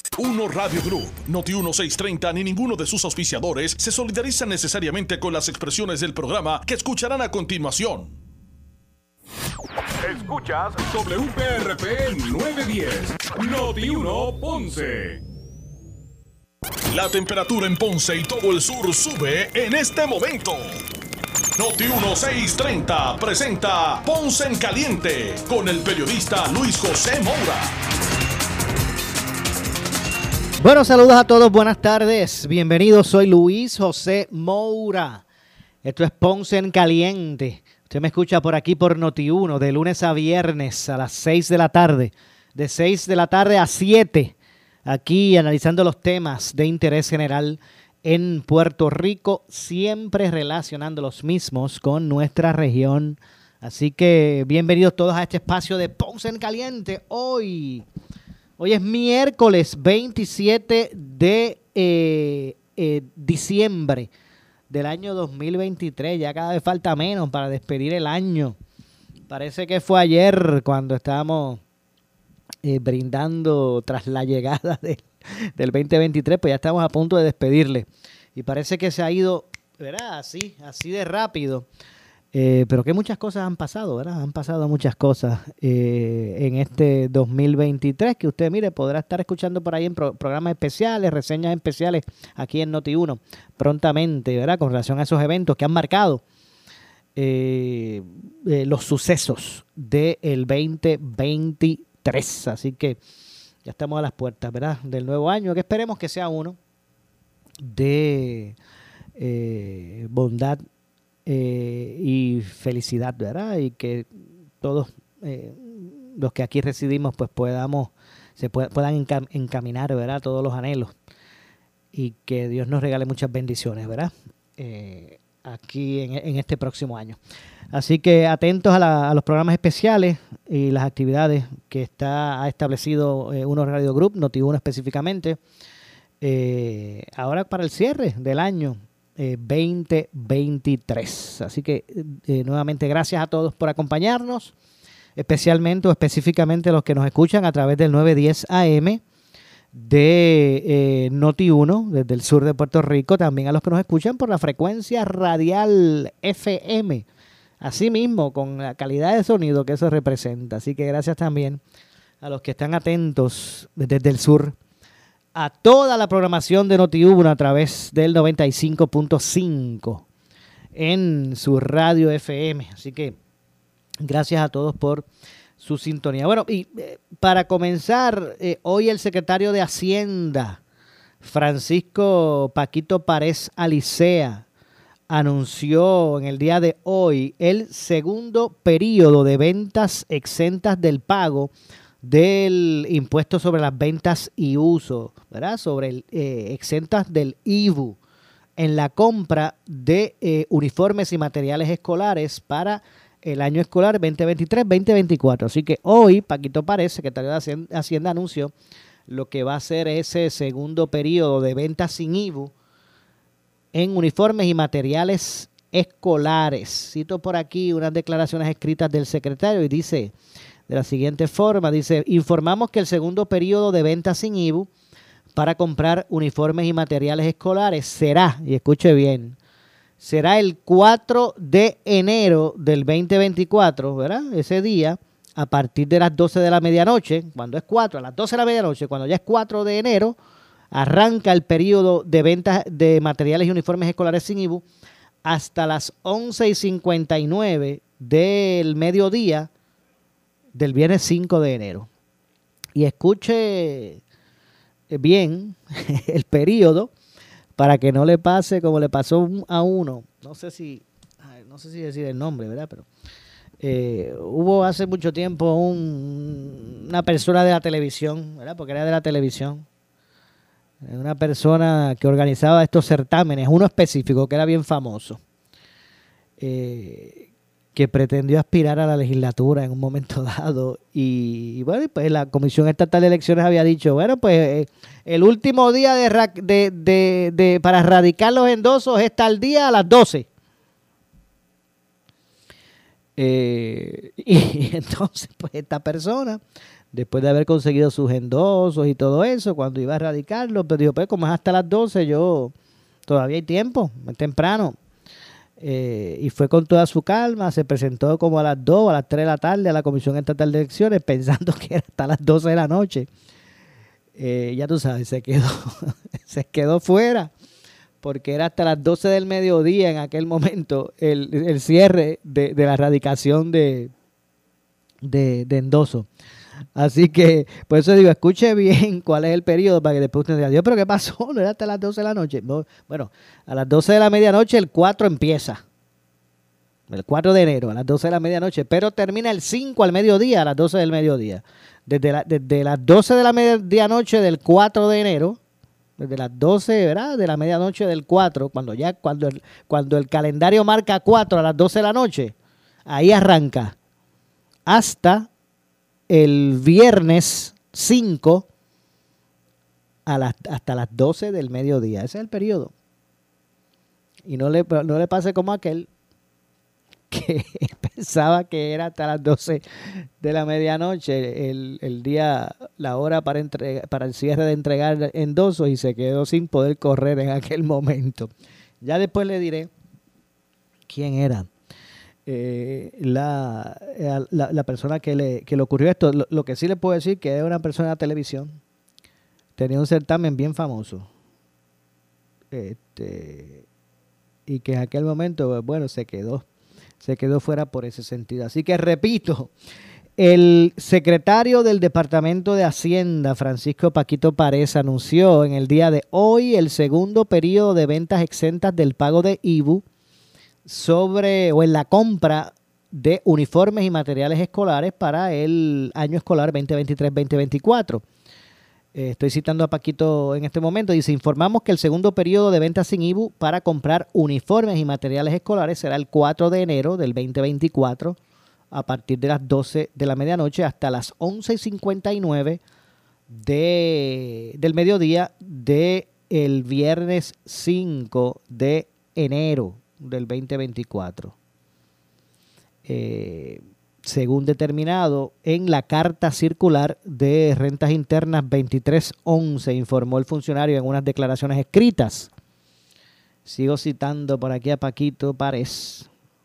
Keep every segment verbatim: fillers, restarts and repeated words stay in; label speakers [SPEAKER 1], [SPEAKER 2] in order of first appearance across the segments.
[SPEAKER 1] Uno Radio Group, Noti uno seiscientos treinta ni ninguno de sus auspiciadores se solidarizan necesariamente con las expresiones del programa que escucharán a continuación.
[SPEAKER 2] Escuchas W P R P novecientos diez, Noti uno Ponce.
[SPEAKER 1] La temperatura en Ponce y todo el sur sube en este momento. Noti uno seiscientos treinta presenta Ponce en Caliente con el periodista Luis José Moura.
[SPEAKER 3] Bueno, saludos a todos, buenas tardes, bienvenidos, soy Luis José Moura. Esto es Ponce en Caliente. Usted me escucha por aquí por Noti uno de lunes a viernes a las seis de la tarde, de seis de la tarde a siete, aquí analizando los temas de interés general en Puerto Rico, siempre relacionando los mismos con nuestra región. Así que bienvenidos todos a este espacio de Ponce en Caliente. Hoy, hoy es miércoles veintisiete de eh, eh, diciembre del año dos mil veintitrés. Ya cada vez falta menos para despedir el año. Parece que fue ayer cuando estábamos eh, brindando tras la llegada de, del veinte veintitrés, pues ya estamos a punto de despedirle. Y parece que se ha ido, ¿verdad? Así, así de rápido. Eh, pero que muchas cosas han pasado, ¿verdad? Han pasado muchas cosas eh, en este dos mil veintitrés que usted, mire, podrá estar escuchando por ahí en pro- programas especiales, reseñas especiales aquí en Noti uno prontamente, ¿verdad? Con relación a esos eventos que han marcado eh, eh, los sucesos del veinte veintitrés. Así que ya estamos a las puertas, ¿verdad? Del nuevo año, que esperemos que sea uno de eh, bondad Eh, y felicidad, ¿verdad? Y que todos eh, los que aquí residimos pues podamos, se pued, puedan encam- encaminar, ¿verdad? Todos los anhelos y que Dios nos regale muchas bendiciones, ¿verdad? Eh, aquí en, en este próximo año. Así que atentos a, la, a los programas especiales y las actividades que está ha establecido eh, Uno Radio Group, Noti uno específicamente, eh, ahora para el cierre del año Eh, veinte veintitrés. Así que eh, nuevamente gracias a todos por acompañarnos, especialmente o específicamente los que nos escuchan a través del nueve diez A M de eh, Noti uno desde el sur de Puerto Rico, también a los que nos escuchan por la frecuencia radial F M, así mismo con la calidad de sonido que eso representa. Así que gracias también a los que están atentos desde el sur a toda la programación de Noti uno a través del noventa y cinco punto cinco en su radio F M. Así que gracias a todos por su sintonía. Bueno, y eh, para comenzar, eh, hoy el secretario de Hacienda, Francisco Paquito Párez Alicea, anunció en el día de hoy el segundo periodo de ventas exentas del pago del impuesto sobre las ventas y uso, ¿verdad? Sobre el, eh, exentas del I V U en la compra de eh, uniformes y materiales escolares para el año escolar veinte veintitrés veinte veinticuatro. Así que hoy Paquito Párez, secretario de Hacienda, Hacienda, anunció lo que va a ser ese segundo periodo de ventas sin I V U en uniformes y materiales escolares. Cito por aquí unas declaraciones escritas del secretario y dice de la siguiente forma, dice: informamos que el segundo periodo de ventas sin I V U para comprar uniformes y materiales escolares será, y escuche bien, será el cuatro de enero del veinte veinticuatro, ¿verdad? Ese día, a partir de las doce de la medianoche, cuando es cuatro, a las doce de la medianoche, cuando ya es cuatro de enero, arranca el periodo de ventas de materiales y uniformes escolares sin I V U hasta las once y cincuenta y nueve del mediodía del viernes cinco de enero. Y escuche bien el periodo para que no le pase como le pasó a uno. No sé si, no sé si decir el nombre, ¿verdad? Pero eh, hubo hace mucho tiempo un, una persona de la televisión, ¿verdad? Porque era de la televisión. Una persona que organizaba estos certámenes, uno específico que era bien famoso. Eh, que pretendió aspirar a la legislatura en un momento dado y, y bueno, pues la Comisión Estatal de Elecciones había dicho, bueno, pues eh, el último día de, de, de, de para radicar los endosos es tal día a las doce. Eh, y, y entonces, pues esta persona después de haber conseguido sus endosos y todo eso, cuando iba a radicarlo, pero dijo, pues como es hasta las doce, yo todavía hay tiempo, es temprano. Eh, y fue con toda su calma, se presentó como a las dos, a las tres de la tarde a la Comisión Estatal de Elecciones, pensando que era hasta las doce de la noche. Eh, ya tú sabes, se quedó, se quedó fuera, porque era hasta las doce del mediodía en aquel momento el, el cierre de, de la radicación de, de, de endoso. Así que, por eso digo, escuche bien cuál es el periodo para que después usted diga, Dios, pero ¿qué pasó? ¿No era hasta las doce de la noche? No, bueno, a las doce de la medianoche el cuatro empieza. El cuatro de enero a las doce de la medianoche, pero termina el cinco al mediodía, a las doce del mediodía. Desde, la, desde las doce de la medianoche del cuatro de enero, desde las doce, ¿verdad? De la medianoche del cuatro, cuando ya cuando el, cuando el calendario marca cuatro a las doce de la noche, ahí arranca hasta el viernes cinco a las, hasta las doce del mediodía. Ese es el periodo. Y no le, no le pase como aquel que pensaba que era hasta las doce de la medianoche el, el día, la hora para, entrega, para el cierre de entregar endosos y se quedó sin poder correr en aquel momento. Ya después le diré quién era. Eh, la, la, la persona que le, que le ocurrió esto. Lo, lo que sí le puedo decir que es una persona de televisión. Tenía un certamen bien famoso. Este, y que en aquel momento, bueno, se quedó. Se quedó fuera por ese sentido. Así que repito, el secretario del Departamento de Hacienda, Francisco Paquito Párez, anunció en el día de hoy el segundo periodo de ventas exentas del pago de I V U sobre o en la compra de uniformes y materiales escolares para el año escolar veinte veintitrés veinte veinticuatro. Eh, estoy citando a Paquito en este momento. Dice, informamos que el segundo periodo de ventas sin I V U para comprar uniformes y materiales escolares será el cuatro de enero del veinte veinticuatro a partir de las doce de la medianoche hasta las once y cincuenta y nueve de, del mediodía del viernes cinco de enero del veinte veinticuatro, eh, según determinado en la carta circular de rentas internas veintitrés once, informó el funcionario en unas declaraciones escritas. Sigo citando por aquí a Paquito Párez,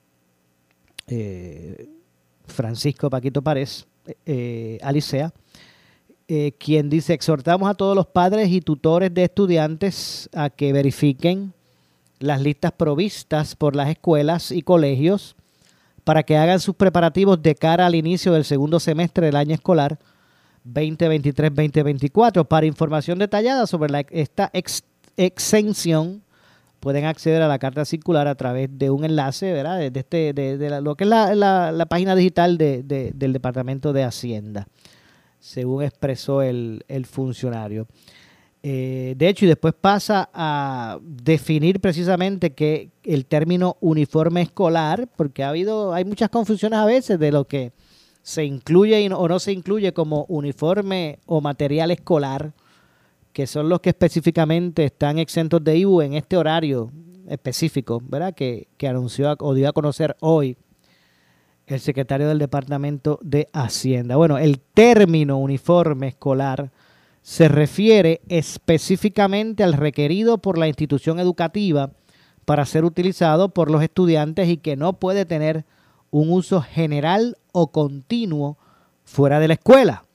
[SPEAKER 3] eh, Francisco Paquito Párez, eh, Alicea, eh, quien dice, exhortamos a todos los padres y tutores de estudiantes a que verifiquen las listas provistas por las escuelas y colegios para que hagan sus preparativos de cara al inicio del segundo semestre del año escolar veinte veintitrés veinte veinticuatro. Para información detallada sobre la, esta ex, exención, pueden acceder a la carta circular a través de un enlace, ¿verdad? De, este, de, de la, lo que es la, la, la página digital de, de, del Departamento de Hacienda, según expresó el, el funcionario. Eh, de hecho, y después pasa a definir precisamente que el término uniforme escolar, porque ha habido, hay muchas confusiones a veces de lo que se incluye y no, o no se incluye como uniforme o material escolar, que son los que específicamente están exentos de I V U en este horario específico, ¿verdad? Que, que anunció o dio a conocer hoy el secretario del Departamento de Hacienda. Bueno, el término uniforme escolar se refiere específicamente al requerido por la institución educativa para ser utilizado por los estudiantes y que no puede tener un uso general o continuo fuera de la escuela.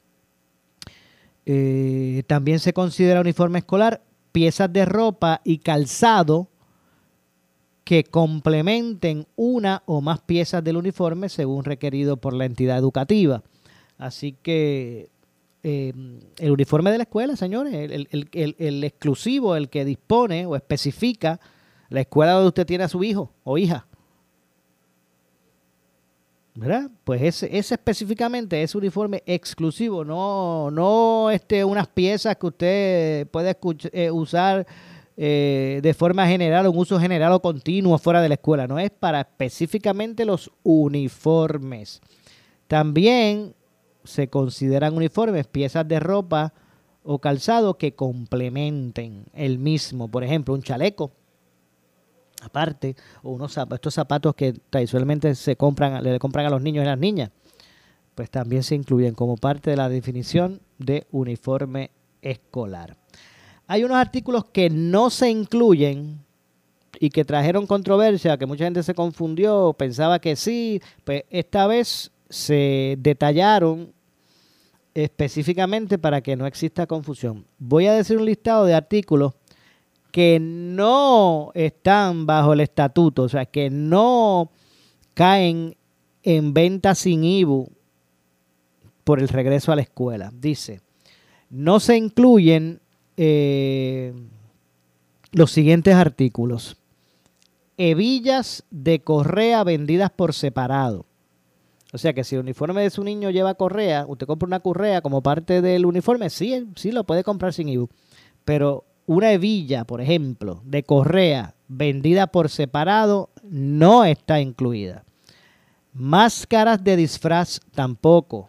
[SPEAKER 3] Eh, también se considera uniforme escolar piezas de ropa y calzado que complementen una o más piezas del uniforme según requerido por la entidad educativa. Así que Eh, el uniforme de la escuela, señores, el, el, el, el exclusivo, el que dispone o especifica la escuela donde usted tiene a su hijo o hija, ¿verdad? Pues ese, ese específicamente es uniforme exclusivo, no, no este, unas piezas que usted puede escuchar, eh, usar eh, de forma general, un uso general o continuo fuera de la escuela, no, es para específicamente los uniformes. También se consideran uniformes piezas de ropa o calzado que complementen el mismo. Por ejemplo, un chaleco, aparte, o unos estos zapatos que tradicionalmente se compran, le compran a los niños y las niñas. pues también se incluyen como parte de la definición de uniforme escolar. Hay unos artículos que no se incluyen y que trajeron controversia, que mucha gente se confundió, pensaba que sí, pues esta vez se detallaron específicamente para que no exista confusión. Voy a decir un listado de artículos que no están bajo el estatuto, o sea, que no caen en venta sin I B U por el regreso a la escuela. Dice, no se incluyen eh, los siguientes artículos. Hebillas de correa vendidas por separado. O sea que si el uniforme de su niño lleva correa, usted compra una correa como parte del uniforme, sí, sí lo puede comprar sin I B U. Pero una hebilla, por ejemplo, de correa vendida por separado no está incluida. Máscaras de disfraz tampoco.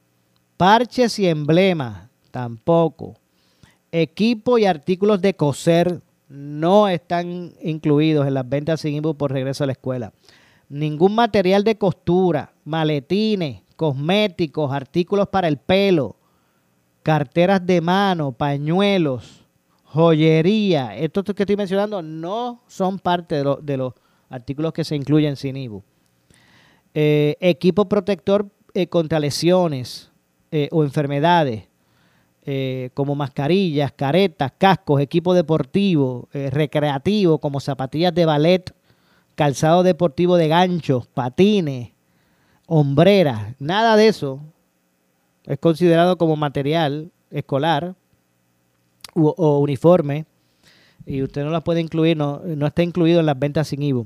[SPEAKER 3] Parches y emblemas tampoco. Equipo y artículos de coser no están incluidos en las ventas sin I B U por regreso a la escuela. Ningún material de costura, maletines, cosméticos, artículos para el pelo, carteras de mano, pañuelos, joyería. Estos que estoy mencionando no son parte de, lo, de los artículos que se incluyen sin I B U. Eh, equipo protector eh, contra lesiones eh, o enfermedades, eh, como mascarillas, caretas, cascos, equipo deportivo, eh, recreativo, como zapatillas de ballet, calzado deportivo de ganchos, patines, hombreras. Nada de eso es considerado como material escolar o, o uniforme y usted no las puede incluir, no, no está incluido en las ventas sin I B U.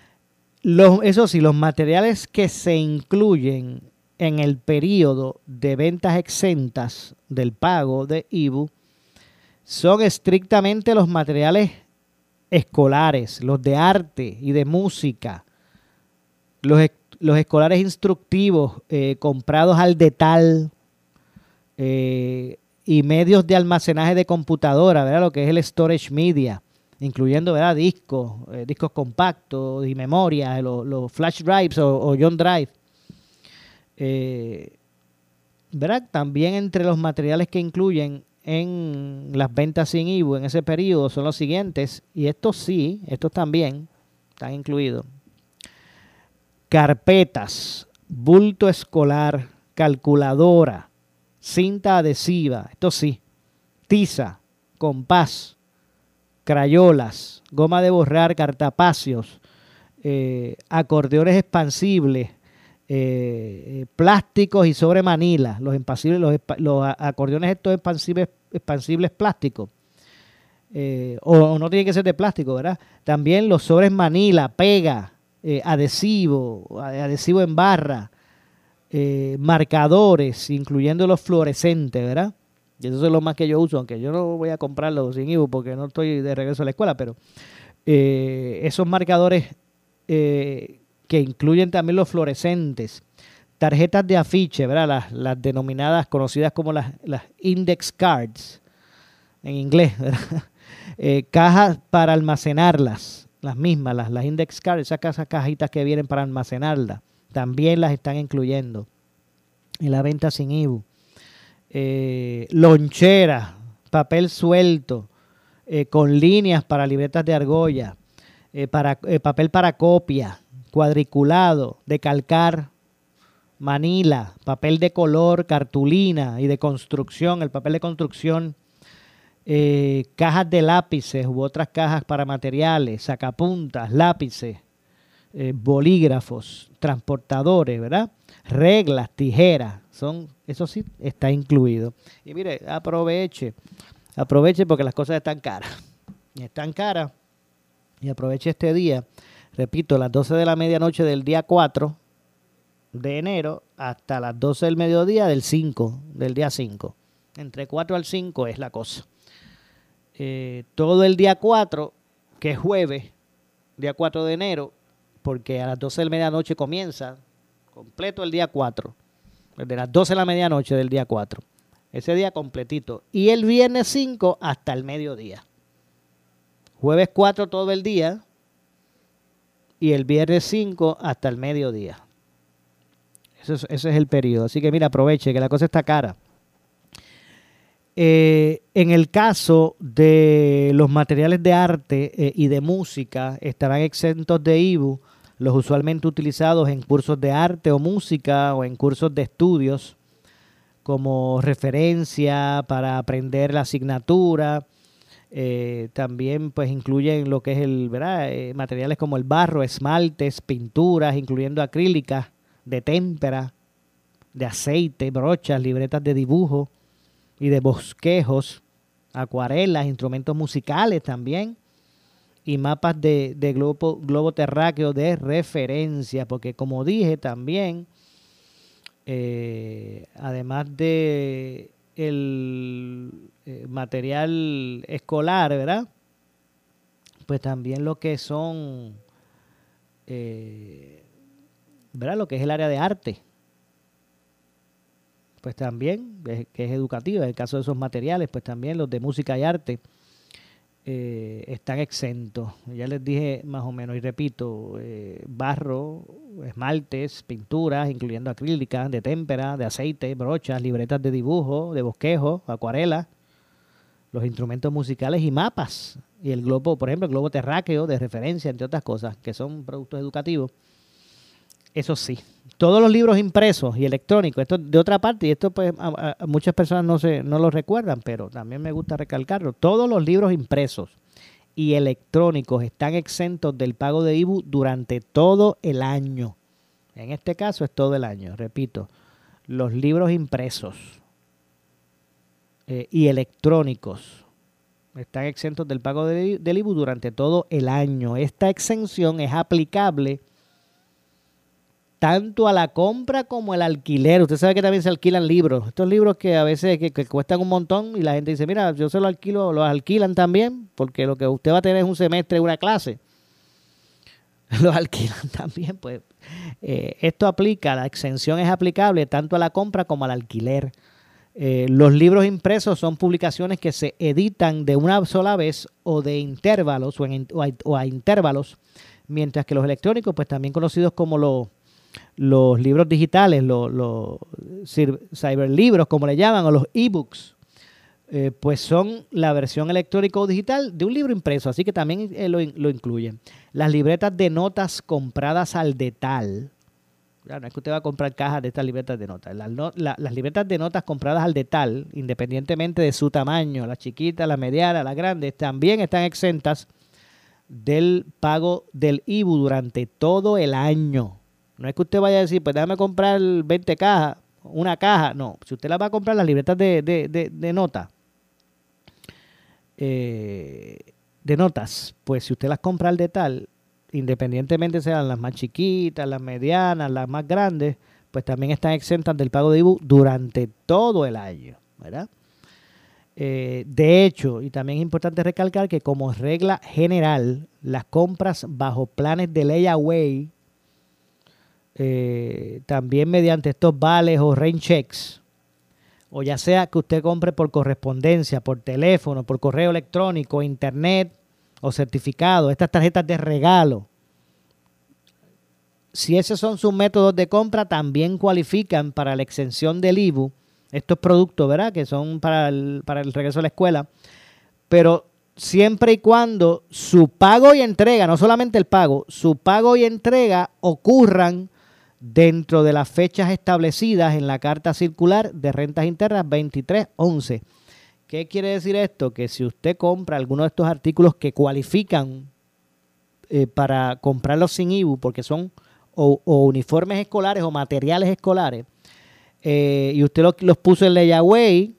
[SPEAKER 3] Los, eso sí, los materiales que se incluyen en el periodo de ventas exentas del pago de I B U son estrictamente los materiales escolares, los de arte y de música, los, los escolares instructivos eh, comprados al detal eh, y medios de almacenaje de computadora, ¿verdad? Lo que es el storage media, incluyendo, ¿verdad?, discos, eh, discos compactos y memoria, los, los flash drives o, o John Drive. Eh, ¿verdad? También entre los materiales que incluyen en las ventas sin I B U en ese periodo son los siguientes, y estos sí, estos también están incluidos. Carpetas, bulto escolar, calculadora, cinta adhesiva, esto sí, tiza, compás, crayolas, goma de borrar, cartapacios, eh, acordeones expansibles, eh, plásticos y sobre manila, los, los, los acordeones estos expansibles, expansibles plásticos, eh, o, o no tiene que ser de plástico, ¿verdad? También los sobres manila, pega, eh, adhesivo, adhesivo en barra, eh, marcadores, incluyendo los fluorescentes, ¿verdad? Y eso es lo más que yo uso, aunque yo no voy a comprarlo sin I B U porque no estoy de regreso a la escuela, pero eh, esos marcadores eh, que incluyen también los fluorescentes, tarjetas de afiche, ¿verdad? Las, las denominadas, conocidas como las, las index cards, en inglés, ¿verdad? Eh, cajas para almacenarlas, las mismas, las, las index cards, esas, esas cajitas que vienen para almacenarlas, también las están incluyendo en la venta sin I B U. Eh, lonchera, papel suelto, eh, con líneas para libretas de argolla, eh, para, eh, papel para copia, cuadriculado, de calcar, manila, papel de color, cartulina y de construcción, el papel de construcción, eh, cajas de lápices u otras cajas para materiales, sacapuntas, lápices, eh, bolígrafos, transportadores, ¿verdad? Reglas, tijeras, son, eso sí está incluido. Y mire, aproveche, aproveche porque las cosas están caras, están caras y aproveche este día. Repito, las doce de la medianoche del día cuatro de enero hasta las doce del mediodía del cinco, del día cinco. Entre cuatro al cinco es la cosa. Eh, todo el día cuatro, que es jueves, día cuatro de enero, porque a las doce de la medianoche comienza completo el día cuatro. Desde las doce de la medianoche del día cuatro. Ese día completito. Y el viernes cinco hasta el mediodía. Jueves cuatro todo el día. Y el viernes cinco hasta el mediodía. Eso es, ese es el periodo. Así que mira, aproveche que la cosa está cara. Eh, en el caso de los materiales de arte eh, y de música, estarán exentos de I B U los usualmente utilizados en cursos de arte o música o en cursos de estudios como referencia para aprender la asignatura. Eh, también pues incluyen lo que es el, ¿verdad? Eh, materiales como el barro, esmaltes, pinturas, incluyendo acrílicas, de témpera, de aceite, brochas, libretas de dibujo y de bosquejos, acuarelas, instrumentos musicales también, y mapas de, de globo, globo terráqueo de referencia, porque como dije también, eh, además de el eh, material escolar, ¿verdad? Pues también lo que son, eh, ¿verdad? Lo que es el área de arte, pues también, que es educativa, en el caso de esos materiales, pues también los de música y arte eh, están exentos. Ya les dije más o menos, y repito, eh, barro, esmaltes, pinturas, incluyendo acrílicas, de témpera, de aceite, brochas, libretas de dibujo, de bosquejo, acuarelas, los instrumentos musicales y mapas. Y el globo, por ejemplo, el globo terráqueo de referencia, entre otras cosas, que son productos educativos. Eso sí, todos los libros impresos y electrónicos, esto de otra parte, y esto pues a, a muchas personas no se no lo recuerdan, pero también me gusta recalcarlo, todos los libros impresos y electrónicos están exentos del pago de I B U durante todo el año. En este caso es todo el año, repito, los libros impresos eh, y electrónicos están exentos del pago de, del I B U durante todo el año. Esta exención es aplicable tanto a la compra como al alquiler. Usted sabe que también se alquilan libros. Estos libros que a veces que, que cuestan un montón y la gente dice, mira, yo se los alquilo, los alquilan también, porque lo que usted va a tener es un semestre, una clase. Los alquilan también. Pues eh, esto aplica, la exención es aplicable tanto a la compra como al alquiler. Eh, los libros impresos son publicaciones que se editan de una sola vez o de intervalos o, en, o, a, o a intervalos, mientras que los electrónicos, pues también conocidos como los los libros digitales, los, los cyberlibros, como le llaman, o los ebooks, eh, pues son la versión electrónica o digital de un libro impreso, así que también eh, lo, lo incluyen. Las libretas de notas compradas al detal, claro, no es que usted va a comprar cajas de estas libretas de notas, las, no, la, las libretas de notas compradas al detal, independientemente de su tamaño, las chiquitas, las medianas, las grandes, también están exentas del pago del I B U durante todo el año. No es que usted vaya a decir, pues déjame comprar veinte cajas, una caja. No, si usted las va a comprar las libretas de, de, de, de nota, eh, de notas, pues si usted las compra al detal, independientemente sean las más chiquitas, las medianas, las más grandes, pues también están exentas del pago de I B U durante todo el año, ¿verdad? Eh, de hecho, y también es importante recalcar que como regla general, las compras bajo planes de layaway, Eh, también mediante estos vales o rain checks, o ya sea que usted compre por correspondencia, por teléfono, por correo electrónico, internet o certificado, estas tarjetas de regalo, si esos son sus métodos de compra, también cualifican para la exención del I B U, estos productos, ¿verdad?, que son para el, para el regreso a la escuela, pero siempre y cuando su pago y entrega, no solamente el pago, su pago y entrega ocurran dentro de las fechas establecidas en la Carta Circular de Rentas Internas veintitrés once. ¿Qué quiere decir esto? Que si usted compra alguno de estos artículos que cualifican eh, para comprarlos sin I B U, porque son o, o uniformes escolares o materiales escolares, eh, y usted lo, los puso en layaway,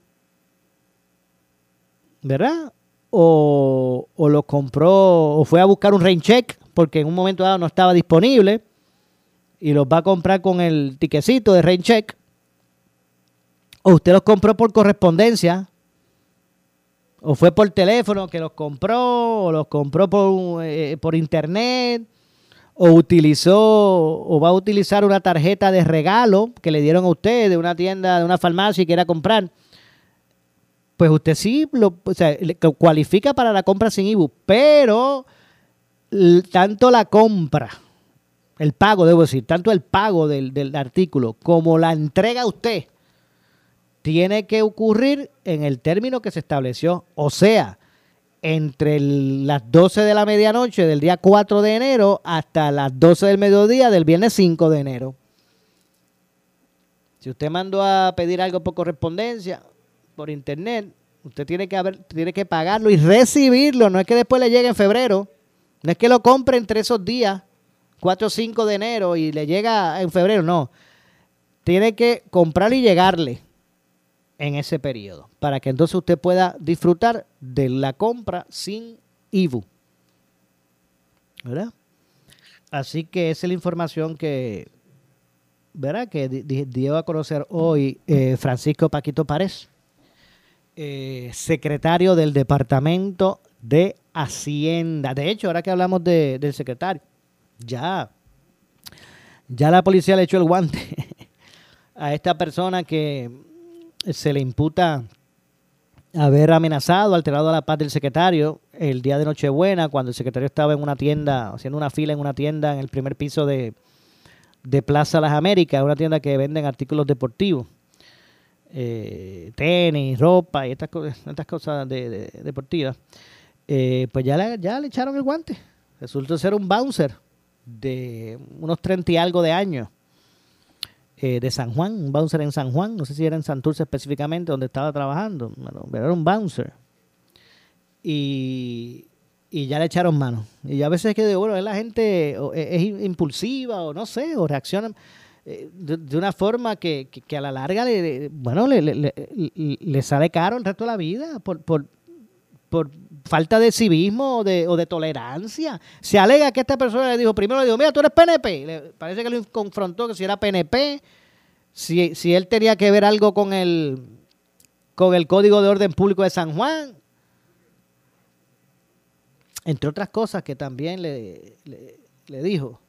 [SPEAKER 3] ¿verdad? O, o los compró, o fue a buscar un rain check, porque en un momento dado no estaba disponible, y los va a comprar con el tiquecito de rain check, o usted los compró por correspondencia, o fue por teléfono que los compró, o los compró por, eh, por internet, o utilizó, o va a utilizar una tarjeta de regalo que le dieron a usted de una tienda, de una farmacia y quiera comprar, pues usted sí lo, o sea, cualifica para la compra sin I B U, pero tanto la compra el pago, debo decir, tanto el pago del, del artículo como la entrega a usted tiene que ocurrir en el término que se estableció, o sea, entre el, las doce de la medianoche del día cuatro de enero hasta las doce del mediodía del viernes cinco de enero. Si usted mandó a pedir algo por correspondencia, por internet, usted tiene que haber, tiene que pagarlo y recibirlo. No es que después le llegue en febrero. No es que lo compre entre esos días, cuatro o cinco de enero, y le llega en febrero. No. Tiene que comprarlo y llegarle en ese periodo, para que entonces usted pueda disfrutar de la compra sin I V U. ¿Verdad? Así que esa es la información que, ¿verdad?, que dio a conocer hoy eh, Francisco Paquito Párez, eh, secretario del Departamento de Hacienda. De hecho, ahora que hablamos de, del secretario, ya, ya la policía le echó el guante a esta persona que se le imputa haber amenazado, alterado la paz del secretario el día de Nochebuena, cuando el secretario estaba en una tienda, haciendo una fila en una tienda en el primer piso de, de Plaza Las Américas, una tienda que venden artículos deportivos, eh, tenis, ropa y estas, cosas, estas cosas de, de, deportivas. Eh, pues ya le, ya le echaron el guante. Resultó ser un bouncer de unos treinta y algo de años. Eh, de San Juan, un bouncer en San Juan, no sé si era en Santurce específicamente donde estaba trabajando, bueno, pero era un bouncer. Y, y ya le echaron mano. Y ya a veces es que, bueno, la gente es impulsiva o no sé, o reacciona eh, de, de una forma que, que, que a la larga, le, bueno, le, le, le, le sale caro el resto de la vida por, por, por falta de civismo o de, o de tolerancia. Se alega que esta persona le dijo, primero le dijo, mira, tú eres P N P. Le, parece que lo confrontó que si era P N P, si, si él tenía que ver algo con el, con el Código de Orden Público de San Juan. Entre otras cosas que también le, le, le dijo.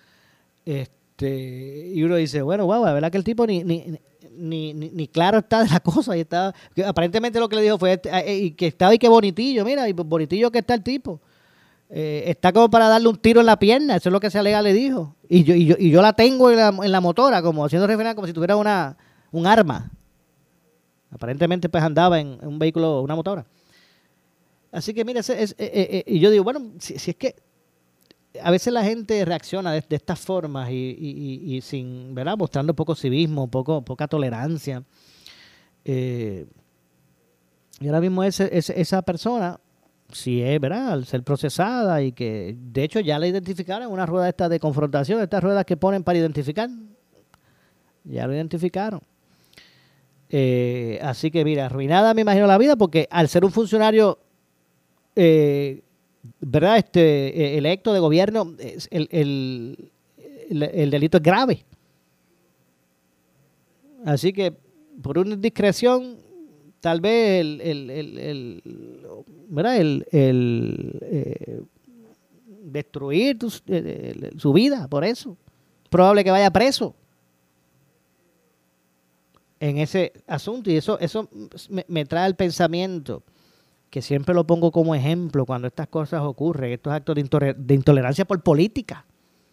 [SPEAKER 3] Este, y uno dice, bueno, wow, la verdad que el tipo ni... ni Ni, ni, ni claro está de la cosa y estaba, que aparentemente lo que le dijo fue eh, que estaba y que bonitillo, mira, y bonitillo que está el tipo, eh, está como para darle un tiro en la pierna, eso es lo que se alega, le dijo, y yo, y yo, y yo la tengo en la, en la motora, como haciendo referencia como si tuviera una un arma. Aparentemente pues andaba en, en un vehículo, una motora. Así que mira, es, es, eh, eh, y yo digo, bueno, si, si es que a veces la gente reacciona de, de estas formas y, y, y, y sin, ¿verdad?, mostrando poco civismo, poco, poca tolerancia. Eh, y ahora mismo ese, ese, esa persona, si es, ¿verdad?, al ser procesada y que de hecho ya la identificaron en una rueda esta de confrontación, estas ruedas que ponen para identificar, ya lo identificaron. Eh, así que mira, arruinada me imagino la vida porque al ser un funcionario eh, ¿verdad?, este electo de gobierno, el, el, el, el delito es grave. Así que por una indiscreción, tal vez el, el, el, el ¿verdad?, el, el eh, destruir tu, eh, su vida por eso. Probable que vaya preso en ese asunto. Y eso, eso me, me trae el pensamiento, que siempre lo pongo como ejemplo cuando estas cosas ocurren, estos actos de, intoler- de intolerancia por política.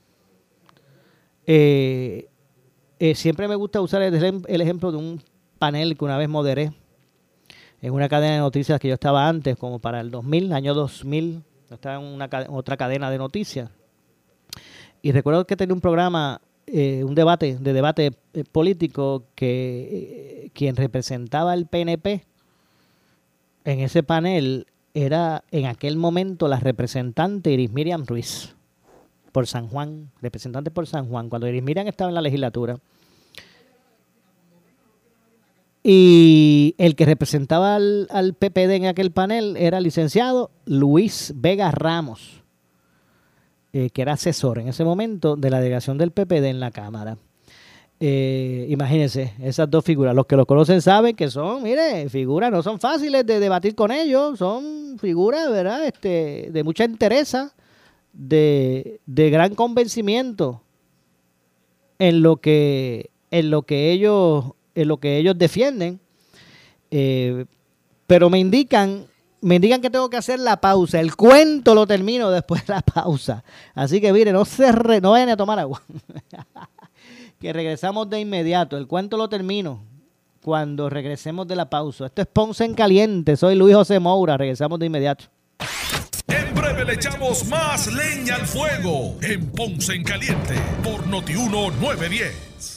[SPEAKER 3] Eh, eh, siempre me gusta usar el, el ejemplo de un panel que una vez moderé en una cadena de noticias que yo estaba antes, como para el dos mil, año dos mil, estaba en una, otra cadena de noticias. Y recuerdo que tenía un programa, eh, un debate, de debate eh, político, que eh, quien representaba el P N P en ese panel era en aquel momento la representante Iris Miriam Ruiz por San Juan, representante por San Juan, cuando Iris Miriam estaba en la legislatura. Y el que representaba al, al P P D en aquel panel era el licenciado Luis Vega Ramos, eh, que era asesor en ese momento de la delegación del P P D en la Cámara. Eh, imagínense, esas dos figuras, los que lo conocen saben que son, mire, figuras, no son fáciles de debatir con ellos, son figuras, ¿verdad?, este, de mucha entereza, de, de gran convencimiento en lo que, en lo que ellos, en lo que ellos defienden, eh, pero me indican me indican que tengo que hacer la pausa. El cuento lo termino después de la pausa. Así que mire, no se re, no vayan a tomar agua. Que regresamos de inmediato. El cuento lo termino cuando regresemos de la pausa. Esto es Ponce en Caliente. Soy Luis José Moura. Regresamos de inmediato.
[SPEAKER 1] En breve le echamos más leña al fuego en Ponce en Caliente por Noti uno nueve diez.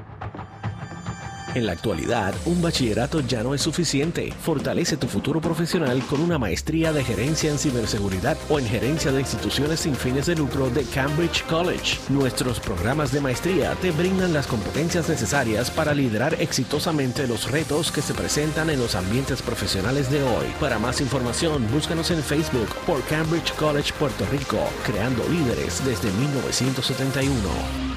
[SPEAKER 4] En la actualidad, un bachillerato ya no es suficiente. Fortalece tu futuro profesional con una maestría de gerencia en ciberseguridad o en gerencia de instituciones sin fines de lucro de Cambridge College. Nuestros programas de maestría te brindan las competencias necesarias para liderar exitosamente los retos que se presentan en los ambientes profesionales de hoy. Para más información, búscanos en Facebook por Cambridge College Puerto Rico, creando líderes desde mil novecientos setenta y uno.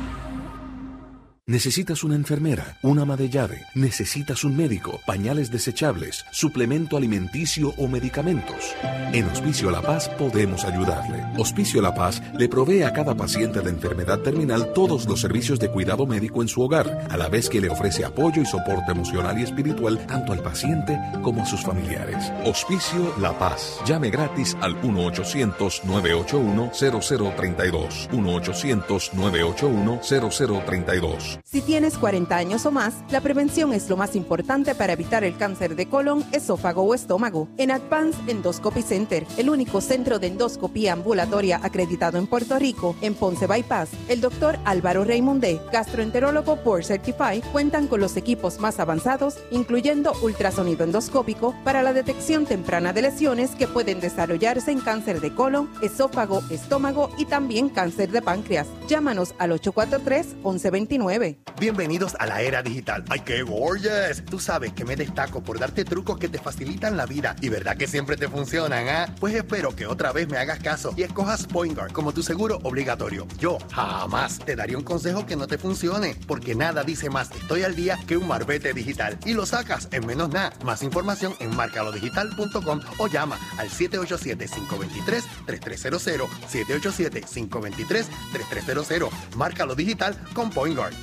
[SPEAKER 5] ¿Necesitas una enfermera, una ama de llave? ¿Necesitas un médico, pañales desechables, suplemento alimenticio o medicamentos? En Hospicio La Paz podemos ayudarle. Hospicio La Paz le provee a cada paciente de enfermedad terminal todos los servicios de cuidado médico en su hogar, a la vez que le ofrece apoyo y soporte emocional y espiritual tanto al paciente como a sus familiares. Hospicio La Paz. Llame gratis al uno ochocientos, nueve ocho uno, cero cero tres dos. uno ochocientos, nueve ocho uno, cero cero tres dos.
[SPEAKER 6] Si tienes cuarenta años o más, la prevención es lo más importante para evitar el cáncer de colon, esófago o estómago. En Advanced Endoscopy Center, el único centro de endoscopía ambulatoria acreditado en Puerto Rico, en Ponce Bypass, el doctor Álvaro Raymondé, gastroenterólogo Board Certified, cuentan con los equipos más avanzados, incluyendo ultrasonido endoscópico para la detección temprana de lesiones que pueden desarrollarse en cáncer de colon, esófago, estómago y también cáncer de páncreas. Llámanos al ocho cuatro tres, once veintinueve.
[SPEAKER 7] Bienvenidos a la era digital. ¡Ay, qué gorgeous! Tú sabes que me destaco por darte trucos que te facilitan la vida. Y verdad que siempre te funcionan, ¿ah? ¿eh? Pues espero que otra vez me hagas caso y escojas PointGuard como tu seguro obligatorio. Yo jamás te daría un consejo que no te funcione, porque nada dice más estoy al día que un marbete digital. Y lo sacas en menos nada. Más información en marcalo digital punto com o llama al siete ocho siete, cinco dos tres, tres tres cero cero, siete ocho siete, cinco dos tres, tres tres cero cero. Márcalo digital con PointGuard.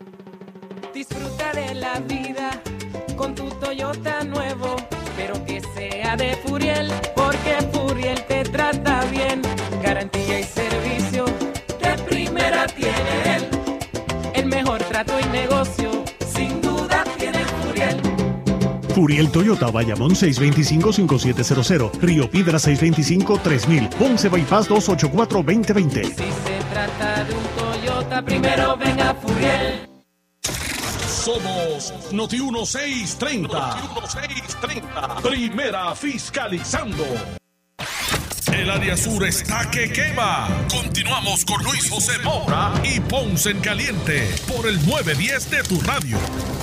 [SPEAKER 8] Disfruta de la vida con tu Toyota nuevo, pero que sea de Furiel, porque Furiel te trata bien. Garantía y servicio de primera tiene él. El mejor trato y negocio, sin duda tiene Furiel.
[SPEAKER 9] Furiel Toyota, Bayamón seis dos cinco, cinco siete cero cero, Río Piedra seis dos cinco, tres mil, Ponce Bypass dos ocho cuatro, dos cero dos cero.
[SPEAKER 8] Si se trata de un Toyota, primero ven a Furiel.
[SPEAKER 1] Somos Noti uno seiscientos treinta. Noti uno seiscientos treinta. Primera fiscalizando. El área sur está que quema. Continuamos con Luis José Moura y Ponce en Caliente por el nueve diez de tu radio.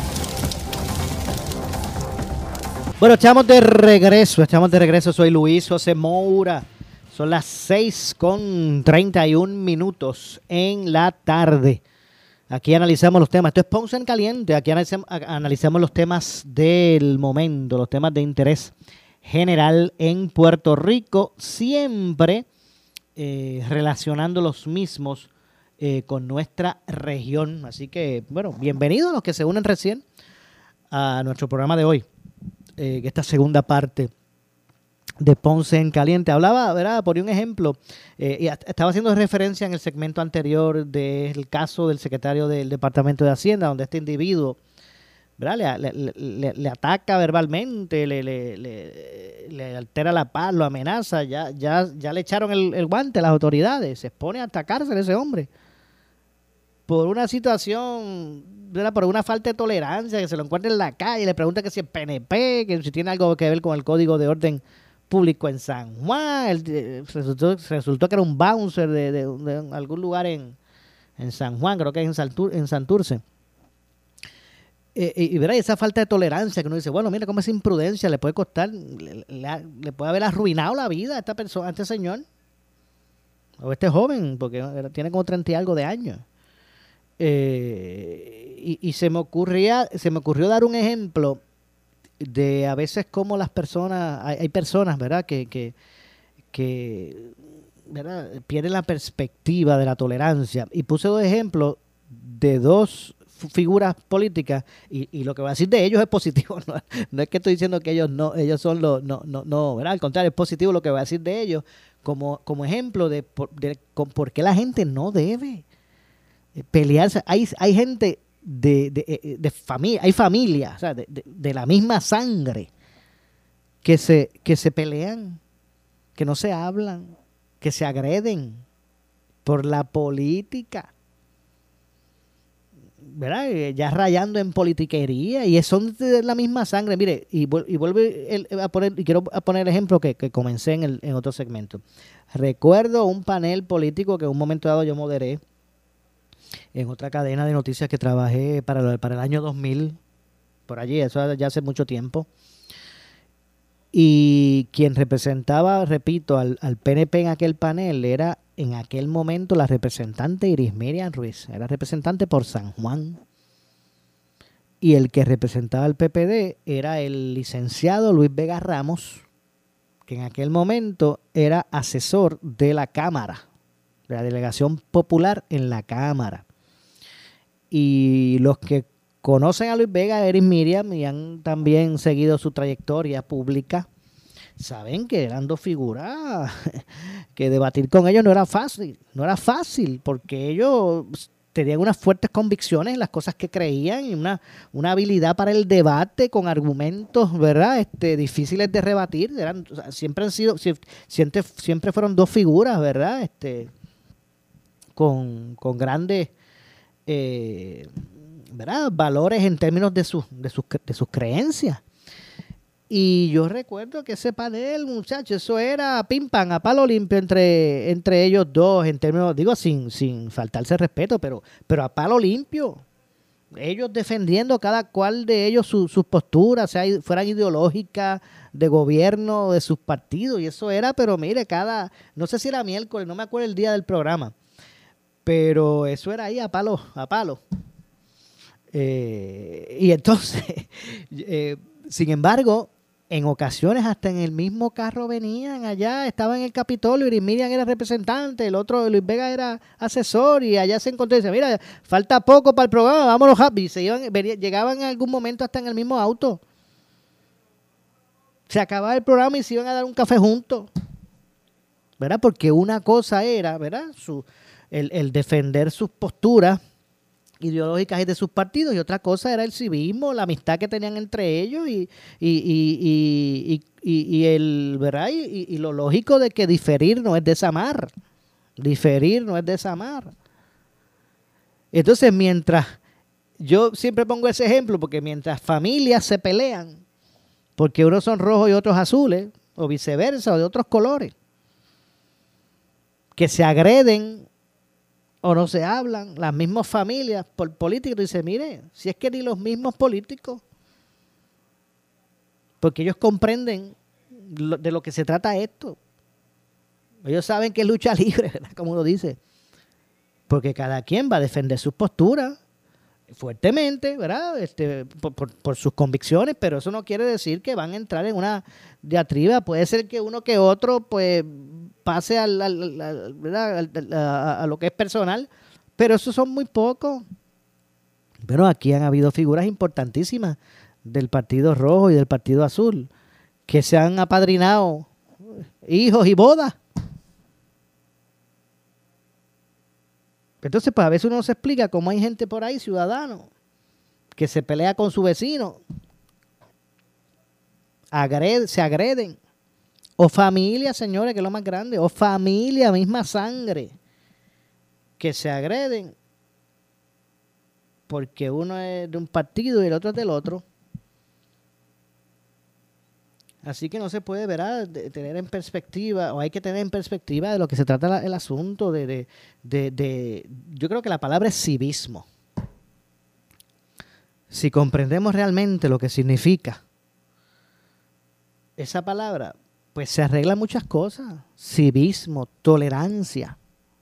[SPEAKER 3] Bueno, estamos de regreso, estamos de regreso. Soy Luis José Moura. Son las seis con treinta y un minutos en la tarde. Aquí analizamos los temas. Esto es Ponce en Caliente. Aquí analizamos, analizamos los temas del momento, los temas de interés general en Puerto Rico, siempre eh, relacionando los mismos eh, con nuestra región. Así que, bueno, bienvenidos los que se unen recién a nuestro programa de hoy, eh, esta segunda parte de Ponce en Caliente. Hablaba, ¿verdad? Por un ejemplo, eh, y estaba haciendo referencia en el segmento anterior del caso del secretario del Departamento de Hacienda, donde este individuo, ¿verdad? Le, le, le, le ataca verbalmente, le, le, le, le altera la paz, lo amenaza, ya, ya, ya le echaron el, el guante a las autoridades, se expone a atacarse a ese hombre por una situación, ¿verdad? Por una falta de tolerancia, que se lo encuentra en la calle, le pregunta que si es P N P, que si tiene algo que ver con el Código de Orden Público en San Juan. El, eh, resultó, resultó que era un bouncer de, de, de algún lugar en, en San Juan, creo que es en, Santur, en Santurce. Eh, y, y verá, esa falta de tolerancia que uno dice, bueno, mira cómo esa imprudencia le puede costar, le, le, le puede haber arruinado la vida a esta persona, a este señor, o a este joven, porque tiene como treinta y algo de años. Eh, y, y se me ocurría, se me ocurrió dar un ejemplo de a veces cómo las personas, hay, hay personas, ¿verdad?, que, que, que ¿verdad?, pierden la perspectiva de la tolerancia. Y puse dos ejemplos de dos figuras políticas, y, y lo que voy a decir de ellos es positivo, no, no es que estoy diciendo que ellos no, ellos son los, no, no, no, ¿verdad? Al contrario, es positivo lo que voy a decir de ellos, como, como ejemplo de, de, de por qué la gente no debe pelearse. Hay, hay gente de, de, de familia, hay familias, o sea, de, de, de la misma sangre que se, que se pelean, que no se hablan, que se agreden por la política, ¿verdad? Ya rayando en politiquería, y son de la misma sangre. Mire, y, y vuelvo a poner, y quiero poner el ejemplo que, que comencé en, el, en otro segmento. Recuerdo un panel político que en un momento dado yo moderé en otra cadena de noticias que trabajé para, para el año dos mil, por allí, eso ya hace mucho tiempo. Y quien representaba, repito, al, al P N P en aquel panel era en aquel momento la representante Iris Miriam Ruiz, era representante por San Juan. Y el que representaba al P P D era el licenciado Luis Vega Ramos, que en aquel momento era asesor de la Cámara, de la Delegación Popular en la Cámara. Y los que conocen a Luis Vega, Iris Miriam, y han también seguido su trayectoria pública, saben que eran dos figuras que debatir con ellos no era fácil, no era fácil, porque ellos tenían unas fuertes convicciones en las cosas que creían y una, una habilidad para el debate con argumentos, ¿verdad? Este, difíciles de rebatir. Eran, o sea, siempre han sido, siempre, siempre fueron dos figuras, ¿verdad? Este, con, con grandes eh, ¿verdad? valores en términos de sus, de sus, de sus creencias. Y yo recuerdo que ese panel, muchachos, eso era pim pam, a palo limpio entre, entre ellos dos, en términos, digo, sin, sin faltarse respeto, pero, pero a palo limpio. Ellos defendiendo cada cual de ellos su, sus posturas, sea, fueran ideológicas, de gobierno, de sus partidos. Y eso era, pero mire, cada, no sé si era miércoles, no me acuerdo el día del programa, pero eso era ahí a palo, a palo. Eh, y entonces, eh, sin embargo, en ocasiones hasta en el mismo carro venían allá, estaban en el Capitolio, Iris Miriam era representante, el otro Luis Vega era asesor, y allá se encontró y dice, mira, falta poco para el programa, vámonos happy. Se iban, venían, llegaban en algún momento hasta en el mismo auto. Se acababa el programa y se iban a dar un café juntos, ¿verdad? Porque una cosa era, ¿verdad? Su, el, el defender sus posturas ideológicas y de sus partidos, y otra cosa era el civismo, la amistad que tenían entre ellos y, y, y, y, y, y el ¿verdad? Y, y lo lógico de que diferir no es desamar, diferir no es desamar. Entonces, mientras, yo siempre pongo ese ejemplo, porque mientras familias se pelean, porque unos son rojos y otros azules, o viceversa, o de otros colores, que se agreden o no se hablan, las mismas familias por políticos, dice, mire, si es que ni los mismos políticos, porque ellos comprenden lo, de lo que se trata esto. Ellos saben que es lucha libre, ¿verdad? Como uno dice, porque cada quien va a defender sus posturas fuertemente, ¿verdad? Este, por, por, por sus convicciones, pero eso no quiere decir que van a entrar en una diatriba. Puede ser que uno que otro, pues, pase al, al, al, ¿verdad? Al, a, a lo que es personal, pero esos son muy pocos. Pero aquí han habido figuras importantísimas del Partido Rojo y del Partido Azul que se han apadrinado hijos y bodas. Entonces, pues a veces uno no se explica cómo hay gente por ahí, ciudadanos, que se pelea con su vecino, agrede, se agreden. O familia, señores, que es lo más grande, o familia, misma sangre, que se agreden porque uno es de un partido y el otro es del otro. Así que no se puede, ¿verdad?, de tener en perspectiva, o hay que tener en perspectiva de lo que se trata la, el asunto de, de, de, de, yo creo que la palabra es civismo. Si comprendemos realmente lo que significa esa palabra, pues se arreglan muchas cosas. Civismo, tolerancia.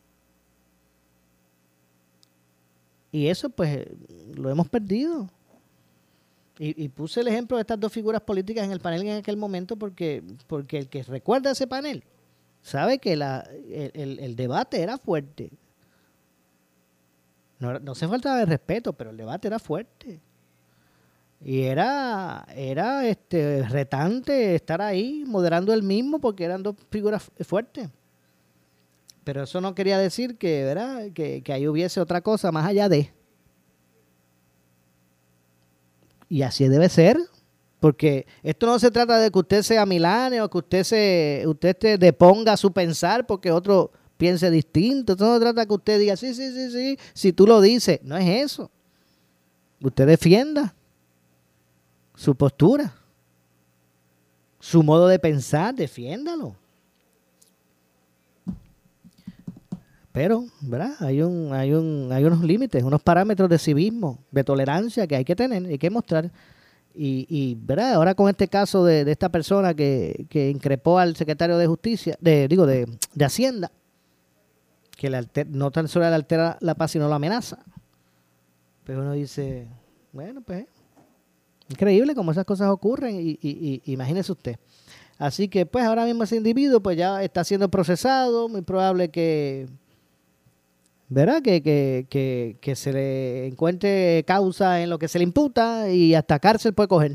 [SPEAKER 3] Y eso, pues, lo hemos perdido. Y, y puse el ejemplo de estas dos figuras políticas en el panel en aquel momento porque, porque el que recuerda ese panel sabe que la, el, el, el debate era fuerte. no, no se faltaba de respeto, pero el debate era fuerte. Y era, era este, retante estar ahí moderando el mismo porque eran dos figuras fuertes. Pero eso no quería decir que, ¿verdad? que, que ahí hubiese otra cosa más allá de. Y así debe ser. Porque esto no se trata de que usted sea miláneo, que usted se usted se deponga a su pensar porque otro piense distinto. Esto no se trata de que usted diga, sí, sí, sí, sí, si tú lo dices. No es eso. Usted defienda su postura, su modo de pensar, defiéndalo. Pero, ¿verdad? Hay un, hay un, hay unos límites, unos parámetros de civismo, de tolerancia que hay que tener, hay que mostrar. Y, y ¿verdad? Ahora con este caso de, de esta persona que, que increpó al secretario de Justicia, de, digo, de, de Hacienda, que le alter, no tan solo le altera la paz, sino la amenaza. Pero uno dice, bueno, pues, increíble cómo esas cosas ocurren, y, y, y imagínese usted. Así que, pues, ahora mismo ese individuo, pues, ya está siendo procesado, muy probable que, ¿verdad? Que, que, que, que se le encuentre causa en lo que se le imputa y hasta cárcel puede coger.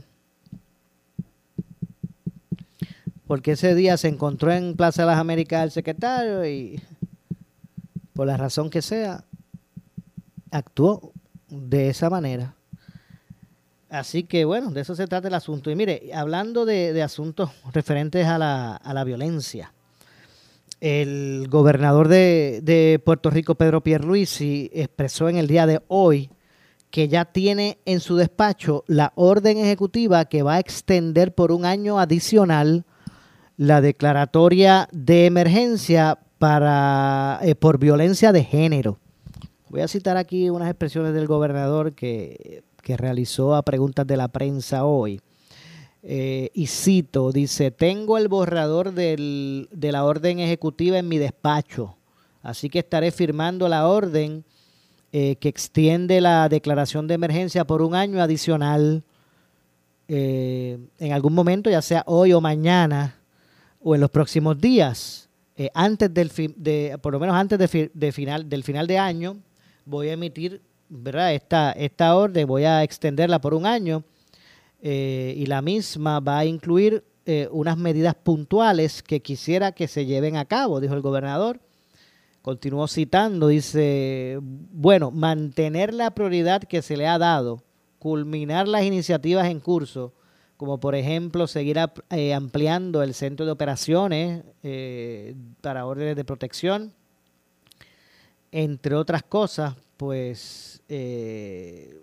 [SPEAKER 3] Porque ese día se encontró en Plaza de las Américas el secretario y, por la razón que sea, actuó de esa manera. Así que, bueno, de eso se trata el asunto. Y mire, hablando de, de asuntos referentes a la, a la violencia, el gobernador de, de Puerto Rico, Pedro Pierluisi, expresó en el día de hoy que ya tiene en su despacho la orden ejecutiva que va a extender por un año adicional la declaratoria de emergencia para eh, por violencia de género. Voy a citar aquí unas expresiones del gobernador que, que realizó a preguntas de la prensa hoy. Eh, y cito, dice, tengo el borrador del, de la orden ejecutiva en mi despacho, así que estaré firmando la orden eh, que extiende la declaración de emergencia por un año adicional eh, en algún momento, ya sea hoy o mañana o en los próximos días, eh, antes del fi de, por lo menos antes de fi de final, del final de año, voy a emitir, ¿verdad? Esta, esta orden, voy a extenderla por un año. Eh, y la misma va a incluir eh, unas medidas puntuales que quisiera que se lleven a cabo, dijo el gobernador. Continuó citando, dice, bueno, mantener la prioridad que se le ha dado, culminar las iniciativas en curso, como por ejemplo seguir eh, ampliando el centro de operaciones eh, para órdenes de protección, entre otras cosas, pues... Eh,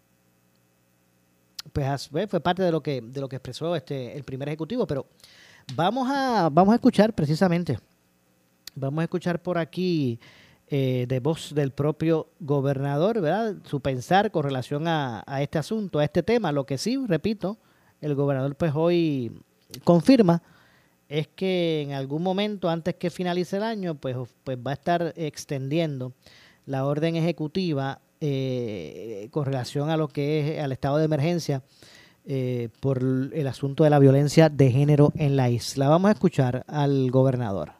[SPEAKER 3] pues fue parte de lo que de lo que expresó este el primer ejecutivo, pero vamos a vamos a escuchar precisamente vamos a escuchar por aquí eh, de voz del propio gobernador, ¿verdad? Su pensar con relación a, a este asunto, a este tema. Lo que sí, repito, el gobernador pues hoy confirma es que en algún momento antes que finalice el año pues pues va a estar extendiendo la orden ejecutiva Eh, con relación a lo que es al estado de emergencia eh, por el asunto de la violencia de género en la isla. Vamos a escuchar al gobernador.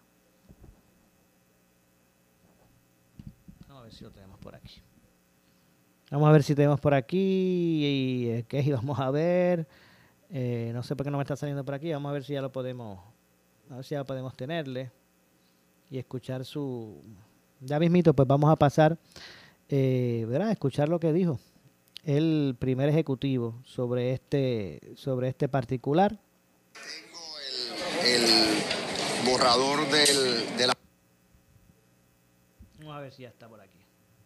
[SPEAKER 3] Vamos a ver si lo tenemos por aquí. Vamos a ver si tenemos por aquí y eh, qué vamos a ver. Eh, no sé por qué no me está saliendo por aquí. Vamos a ver si ya lo podemos, a ver si ya podemos tenerle y escuchar su. Ya mismito, pues vamos a pasar. Eh, ¿verdad? Escuchar lo que dijo el primer ejecutivo sobre este sobre este particular.
[SPEAKER 10] Tengo el, el borrador del, de la...
[SPEAKER 3] Vamos a ver si ya está por aquí.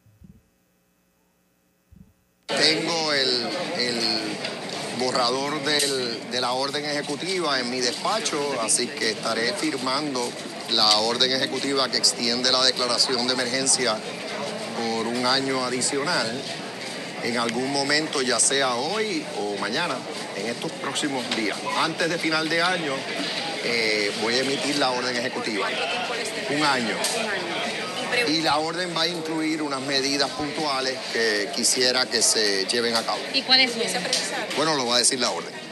[SPEAKER 10] Tengo el, el borrador del, de la orden ejecutiva en mi despacho, así que estaré firmando la orden ejecutiva que extiende la declaración de emergencia por un año adicional en algún momento, ya sea hoy o mañana, en estos próximos días. Antes de final de año eh, voy a emitir la orden ejecutiva. Un año. Y la orden va a incluir unas medidas puntuales que quisiera que se lleven a cabo.
[SPEAKER 11] ¿Y cuáles son?
[SPEAKER 10] Bueno, lo va a decir la orden.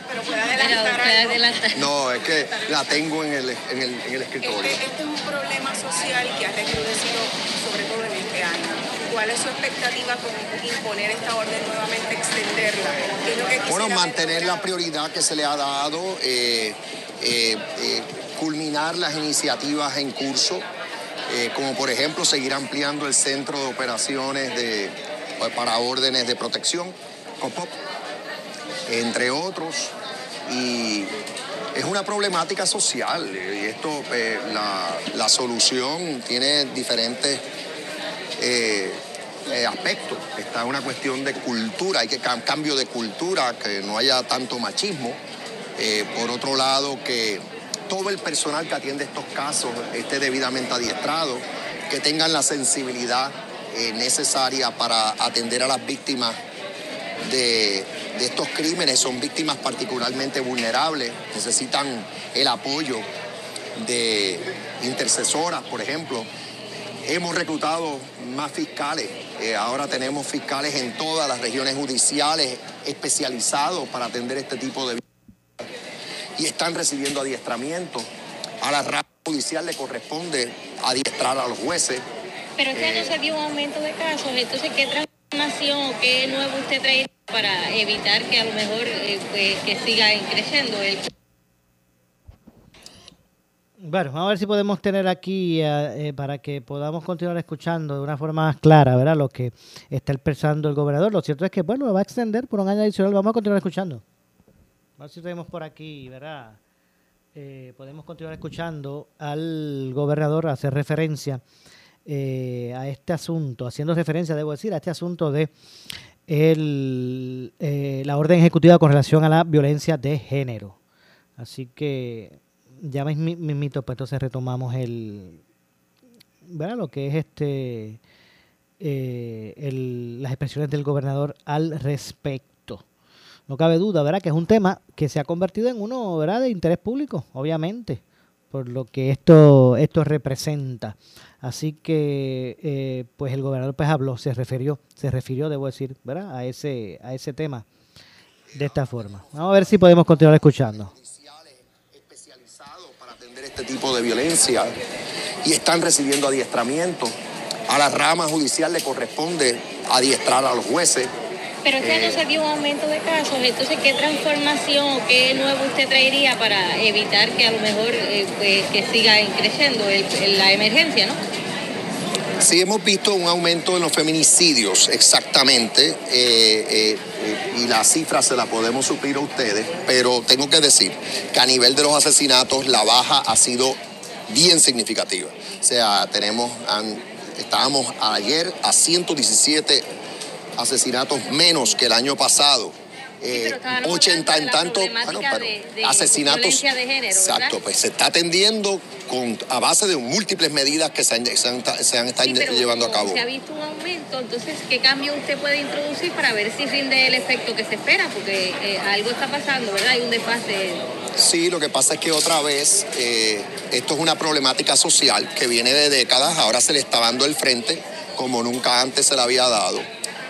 [SPEAKER 11] Pero puede adelantar algo. Adelantar.
[SPEAKER 10] No, es que la tengo en el, en el, en el escritorio.
[SPEAKER 11] Este, este es un problema social que ha recrudecido sobre todo en este año. ¿Cuál es su expectativa con imponer esta orden nuevamente, extenderla? ¿Qué es lo que
[SPEAKER 10] bueno, mantener la prioridad que se le ha dado, eh, eh, eh, culminar las iniciativas en curso, eh, como por ejemplo seguir ampliando el centro de operaciones de, para órdenes de protección, C O P O P, entre otros. Y es una problemática social y esto, eh, la, la solución tiene diferentes eh, eh, aspectos. Está una cuestión de cultura, hay que cam- cambio de cultura, que no haya tanto machismo. Eh, por otro lado, que todo el personal que atiende estos casos esté debidamente adiestrado, que tengan la sensibilidad eh, necesaria para atender a las víctimas de, de estos crímenes. Son víctimas particularmente vulnerables, necesitan el apoyo de intercesoras, por ejemplo. Hemos reclutado más fiscales, eh, ahora tenemos fiscales en todas las regiones judiciales especializados para atender este tipo de víctimas y están recibiendo adiestramiento. A la rama judicial le corresponde adiestrar a los jueces.
[SPEAKER 11] Pero este año
[SPEAKER 10] Eh,
[SPEAKER 11] se dio un aumento de casos, entonces ¿qué transformación o qué nuevo usted trae para evitar que a lo mejor eh, pues, que siga creciendo el...
[SPEAKER 3] Bueno, vamos a ver si podemos tener aquí eh, eh, para que podamos continuar escuchando de una forma más clara, ¿verdad?, lo que está expresando el gobernador. Lo cierto es que, bueno, lo va a extender por un año adicional. Vamos a continuar escuchando. A ver si tenemos por aquí, ¿verdad? Eh, podemos continuar escuchando al gobernador hacer referencia eh, a este asunto, haciendo referencia, debo decir, a este asunto de el, eh, la orden ejecutiva con relación a la violencia de género. Así que ya mismito, pues entonces retomamos el, ¿verdad?, lo que es este eh, el, las expresiones del gobernador al respecto. No cabe duda, ¿verdad?, que es un tema que se ha convertido en uno, ¿verdad?, de interés público, obviamente, por lo que esto esto representa. Así que eh, pues el gobernador pues habló, se refirió, se refirió, debo decir, ¿verdad?, a ese a ese tema de esta forma. Vamos a ver si podemos continuar escuchando.
[SPEAKER 10] Este tipo de violencia y están recibiendo adiestramiento. A la rama judicial le corresponde adiestrar a los jueces.
[SPEAKER 11] Pero este año
[SPEAKER 10] Eh,
[SPEAKER 11] se dio un aumento de casos, entonces ¿qué transformación o qué nuevo usted traería para evitar que a lo mejor eh, pues, que siga creciendo el, el, la emergencia, ¿no?
[SPEAKER 10] Sí, hemos visto un aumento en los feminicidios, exactamente, eh, eh, eh, y la cifra se la podemos suplir a ustedes, pero tengo que decir que a nivel de los asesinatos la baja ha sido bien significativa. O sea, tenemos, han, estábamos ayer a ciento diecisiete asesinatos menos que el año pasado. Eh, sí, ochenta en tanto bueno, pero
[SPEAKER 11] de, de
[SPEAKER 10] asesinatos
[SPEAKER 11] de género,
[SPEAKER 10] exacto,
[SPEAKER 11] ¿verdad?
[SPEAKER 10] Pues se está atendiendo con a base de múltiples medidas que se han, se han, se han estado sí, llevando a cabo.
[SPEAKER 11] Se ha visto un aumento, entonces ¿qué cambio usted puede introducir para ver si rinde el efecto que se espera? Porque eh, algo está pasando, ¿verdad? Hay un desfase.
[SPEAKER 10] Sí, lo que pasa es que otra vez eh, esto es una problemática social que viene de décadas, ahora se le está dando el frente como nunca antes se le había dado.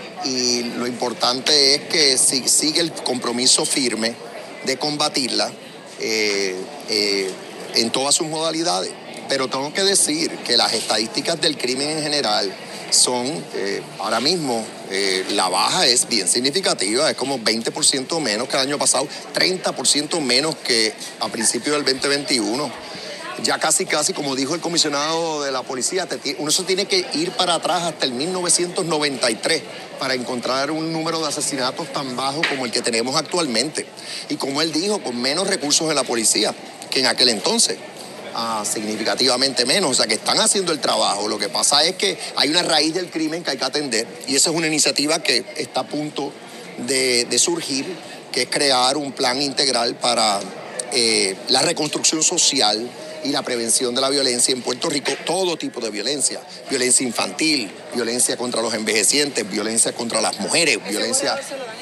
[SPEAKER 10] Y lo importante es que si, sigue el compromiso firme de combatirla eh, eh, en todas sus modalidades. Pero tengo que decir que las estadísticas del crimen en general son, eh, ahora mismo, eh, la baja es bien significativa, es como veinte por ciento menos que el año pasado, treinta por ciento menos que a principios del veinte veintiuno. Ya casi, casi, como dijo el comisionado de la policía, te, uno se tiene que ir para atrás hasta el mil novecientos noventa y tres para encontrar un número de asesinatos tan bajo como el que tenemos actualmente. Y como él dijo, con menos recursos en la policía que en aquel entonces. Ah, significativamente menos, o sea que están haciendo el trabajo. Lo que pasa es que hay una raíz del crimen que hay que atender y esa es una iniciativa que está a punto de, de surgir, que es crear un plan integral para eh, la reconstrucción social y la prevención de la violencia en Puerto Rico, todo tipo de violencia, violencia infantil, violencia contra los envejecientes, violencia contra las mujeres, violencia...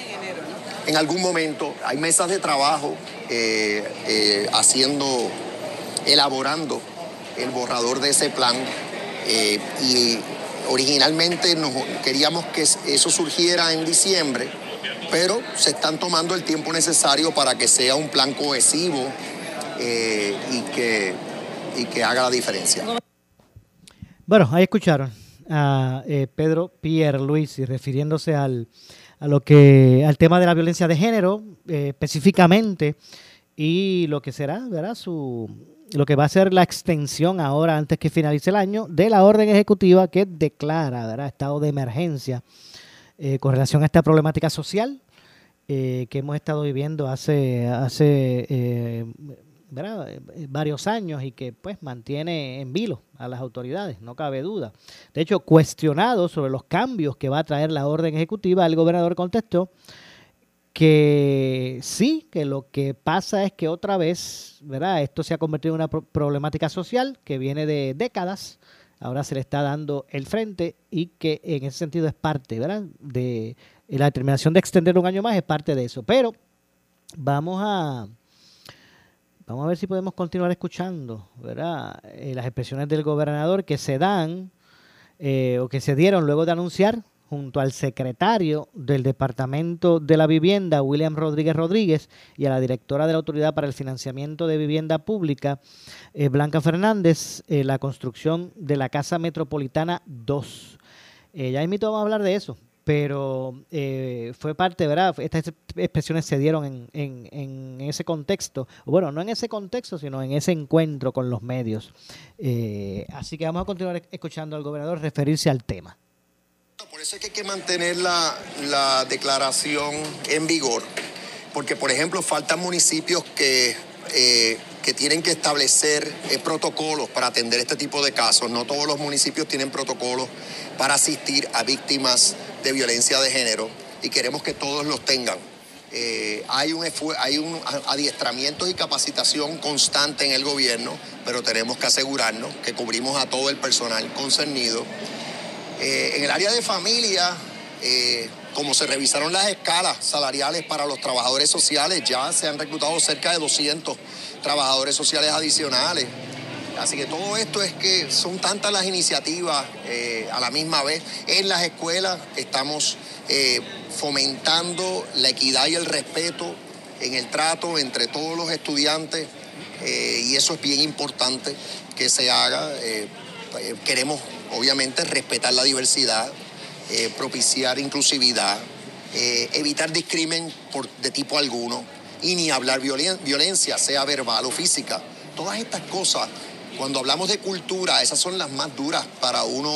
[SPEAKER 10] En algún momento hay mesas de trabajo eh, eh, haciendo, elaborando el borrador de ese plan eh, y originalmente nos, queríamos que eso surgiera en diciembre, pero se están tomando el tiempo necesario para que sea un plan cohesivo eh, y, que, y que haga la diferencia.
[SPEAKER 3] Bueno, ahí escucharon a eh, Pedro Pierluisi refiriéndose al, a lo que, al tema de la violencia de género eh, específicamente y lo que será, ¿verdad? Su, lo que va a ser la extensión ahora, antes que finalice el año, de la orden ejecutiva que declara, ¿verdad?, estado de emergencia eh, con relación a esta problemática social eh, que hemos estado viviendo hace, hace eh, ¿verdad?, varios años y que pues mantiene en vilo a las autoridades, no cabe duda. De hecho, cuestionado sobre los cambios que va a traer la orden ejecutiva, el gobernador contestó que sí, que lo que pasa es que otra vez, ¿verdad?, esto se ha convertido en una pro- problemática social que viene de décadas, ahora se le está dando el frente y que en ese sentido es parte, ¿verdad?, de la determinación de extender un año más, es parte de eso. Pero vamos a vamos a ver si podemos continuar escuchando, ¿verdad?, eh, las expresiones del gobernador que se dan eh, o que se dieron luego de anunciar junto al secretario del Departamento de la Vivienda, William Rodríguez Rodríguez, y a la directora de la Autoridad para el Financiamiento de Vivienda Pública, eh, Blanca Fernández, eh, la construcción de la Casa Metropolitana dos. Eh, ya mismo vamos a hablar de eso, pero eh, fue parte, ¿verdad? Estas expresiones se dieron en, en, en ese contexto, bueno, no en ese contexto, sino en ese encuentro con los medios. Eh, así que vamos a continuar escuchando al gobernador referirse al tema.
[SPEAKER 10] Por eso es que hay que mantener la, la declaración en vigor, porque por ejemplo faltan municipios que, eh, que tienen que establecer eh, protocolos para atender este tipo de casos. No todos los municipios tienen protocolos para asistir a víctimas de violencia de género y queremos que todos los tengan. Eh, hay un, hay un adiestramiento y capacitación constante en el gobierno, pero tenemos que asegurarnos que cubrimos a todo el personal concernido. Eh, en el área de familia, eh, como se revisaron las escalas salariales para los trabajadores sociales, ya se han reclutado cerca de doscientos trabajadores sociales adicionales. Así que todo esto es que son tantas las iniciativas eh, a la misma vez. En las escuelas estamos eh, fomentando la equidad y el respeto en el trato entre todos los estudiantes eh, y eso es bien importante que se haga. Eh, queremos obviamente respetar la diversidad, eh, propiciar inclusividad, eh, evitar discrimen por, de tipo alguno y ni hablar violen, violencia, sea verbal o física. Todas estas cosas, cuando hablamos de cultura, esas son las más duras para uno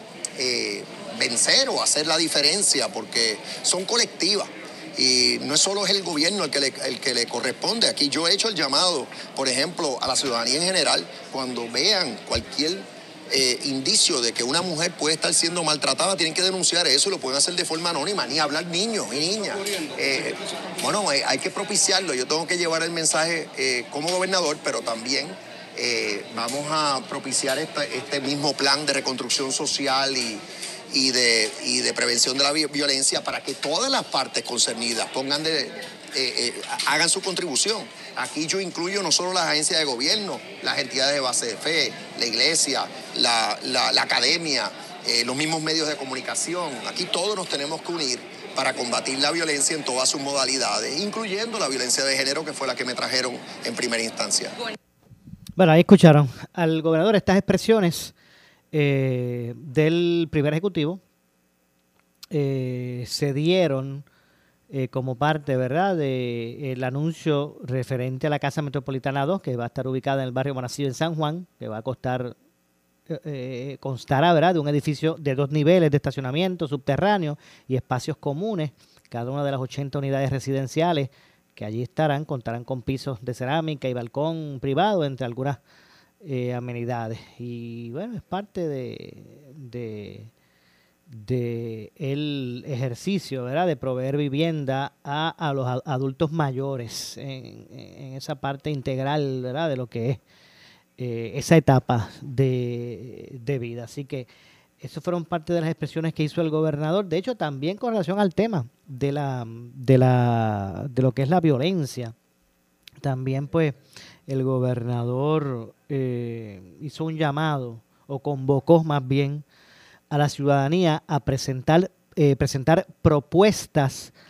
[SPEAKER 10] eh, vencer o hacer la diferencia porque son colectivas. Y no es solo el gobierno el que, le, el que le corresponde. Aquí yo he hecho el llamado, por ejemplo, a la ciudadanía en general, cuando vean cualquier Eh, indicio de que una mujer puede estar siendo maltratada, tienen que denunciar eso, lo pueden hacer de forma anónima, ni hablar niños y niñas. Eh, bueno, eh, hay que propiciarlo. Yo tengo que llevar el mensaje eh, como gobernador, pero también eh, vamos a propiciar esta, este mismo plan de reconstrucción social y, y, de, y de prevención de la violencia para que todas las partes concernidas pongan de, eh, eh, hagan su contribución. Aquí yo incluyo no solo las agencias de gobierno, las entidades de base de fe, la iglesia, la, la, la academia, eh, los mismos medios de comunicación. Aquí todos nos tenemos que unir para combatir la violencia en todas sus modalidades, incluyendo la violencia de género, que fue la que me trajeron en primera instancia.
[SPEAKER 3] Bueno, ahí escucharon al gobernador estas expresiones eh, del primer ejecutivo. Eh, se dieron Eh, como parte, ¿verdad?, del anuncio referente a la Casa Metropolitana dos, que va a estar ubicada en el barrio Monacillo en San Juan, que va a costar, eh, constará, ¿verdad?, de un edificio de dos niveles de estacionamiento subterráneo y espacios comunes. Cada una de las ochenta unidades residenciales que allí estarán contarán con pisos de cerámica y balcón privado, entre algunas eh, amenidades. Y bueno, es parte de... de de el ejercicio, ¿verdad?, de proveer vivienda a, a los adultos mayores en, en esa parte integral, ¿verdad?, de lo que es eh, esa etapa de, de vida. Así que esas fueron parte de las expresiones que hizo el gobernador. De hecho, también con relación al tema de la de la de lo que es la violencia, también pues el gobernador eh, hizo un llamado o convocó más bien a la ciudadanía a presentar, eh, presentar propuestas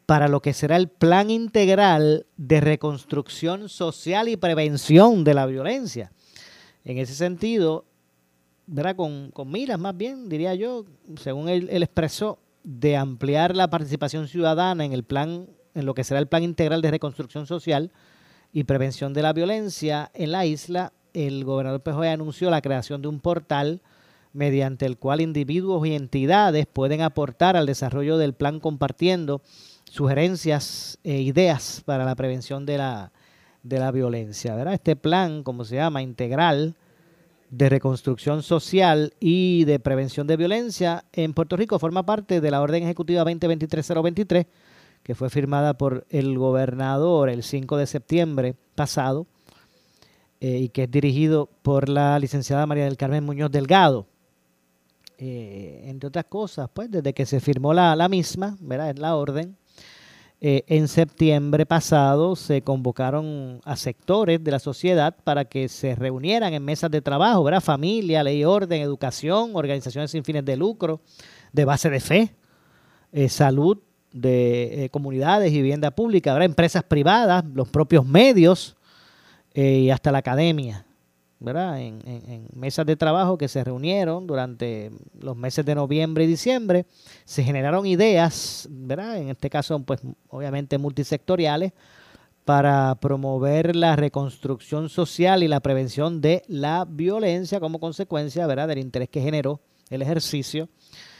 [SPEAKER 3] para lo que será el Plan Integral de Reconstrucción Social y Prevención de la Violencia. En ese sentido, ¿verdad? Con, con miras más bien, diría yo, según él, él expresó, de ampliar la participación ciudadana en el plan, en lo que será el Plan Integral de Reconstrucción Social y Prevención de la Violencia en la isla, el gobernador Pejoy anunció la creación de un portal mediante el cual individuos y entidades pueden aportar al desarrollo del plan compartiendo sugerencias e ideas para la prevención de la, de la violencia, ¿verdad? Este plan, como se llama, integral de reconstrucción social y de prevención de violencia en Puerto Rico, forma parte de la Orden Ejecutiva veinte veintitrés cero veintitrés, que fue firmada por el gobernador el cinco de septiembre pasado eh, y que es dirigido por la licenciada María del Carmen Muñoz Delgado. Eh, entre otras cosas, pues desde que se firmó la, la misma, ¿verdad? Es la orden. Eh, en septiembre pasado se convocaron a sectores de la sociedad para que se reunieran en mesas de trabajo, ¿verdad? Familia, ley y orden, educación, organizaciones sin fines de lucro, de base de fe, eh, salud, de eh, comunidades y vivienda pública, ¿verdad? Empresas privadas, los propios medios eh, y hasta la academia, ¿verdad? En, en, en mesas de trabajo que se reunieron durante los meses de noviembre y diciembre, se generaron ideas, ¿verdad? En este caso, pues obviamente multisectoriales, para promover la reconstrucción social y la prevención de la violencia como consecuencia, ¿verdad? Del interés que generó el ejercicio.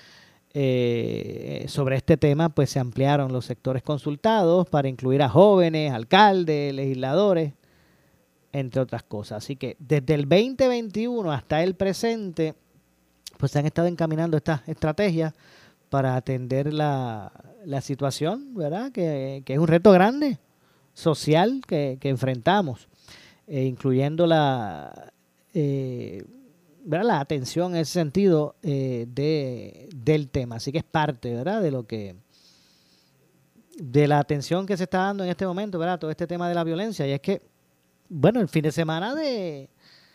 [SPEAKER 3] Eh, sobre este tema, pues se ampliaron los sectores consultados para incluir a jóvenes, alcaldes, legisladores, entre otras cosas. Así que desde el veinte veintiuno hasta el presente, pues se han estado encaminando estas estrategias para atender la, la situación, ¿verdad? Que, que es un reto grande social que, que enfrentamos, eh, incluyendo la, eh, ¿verdad? La atención en ese sentido eh, de, del tema. Así que es parte, ¿verdad? De lo que de la atención que se está dando en este momento, ¿verdad? Todo este tema de la violencia. Y es que bueno, el fin de semana de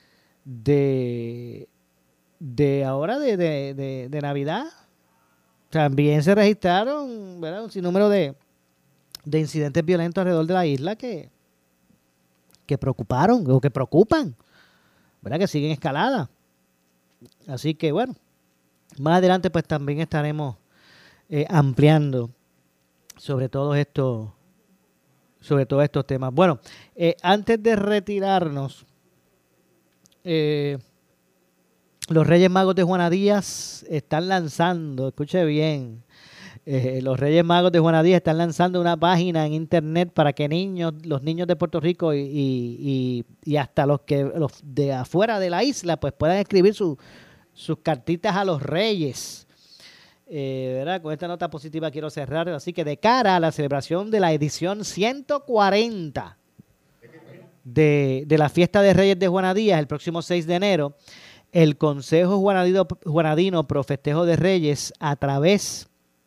[SPEAKER 3] de, de ahora de, de, de, de Navidad también se registraron, ¿verdad? Un sinnúmero de, de incidentes violentos alrededor de la isla que, que preocuparon o que preocupan, ¿verdad? Que siguen escalada. Así que bueno, más adelante pues también estaremos eh, ampliando sobre todo esto sobre todos estos temas. Bueno, eh, antes de retirarnos, eh, los Reyes Magos de Juana Díaz están lanzando, escuche bien, eh, los Reyes Magos de Juana Díaz están lanzando una página en internet para que niños, los niños de Puerto Rico y, y, y hasta los que los de afuera de la isla, pues puedan escribir su, sus cartitas a los Reyes. Eh, ¿verdad? Con esta nota positiva quiero cerrar. Así que de cara a la celebración de la edición ciento cuarenta de, de la Fiesta de Reyes de Juana Díaz, el próximo seis de enero, el Consejo Juanadino, Juanadino Pro Festejo de Reyes, a través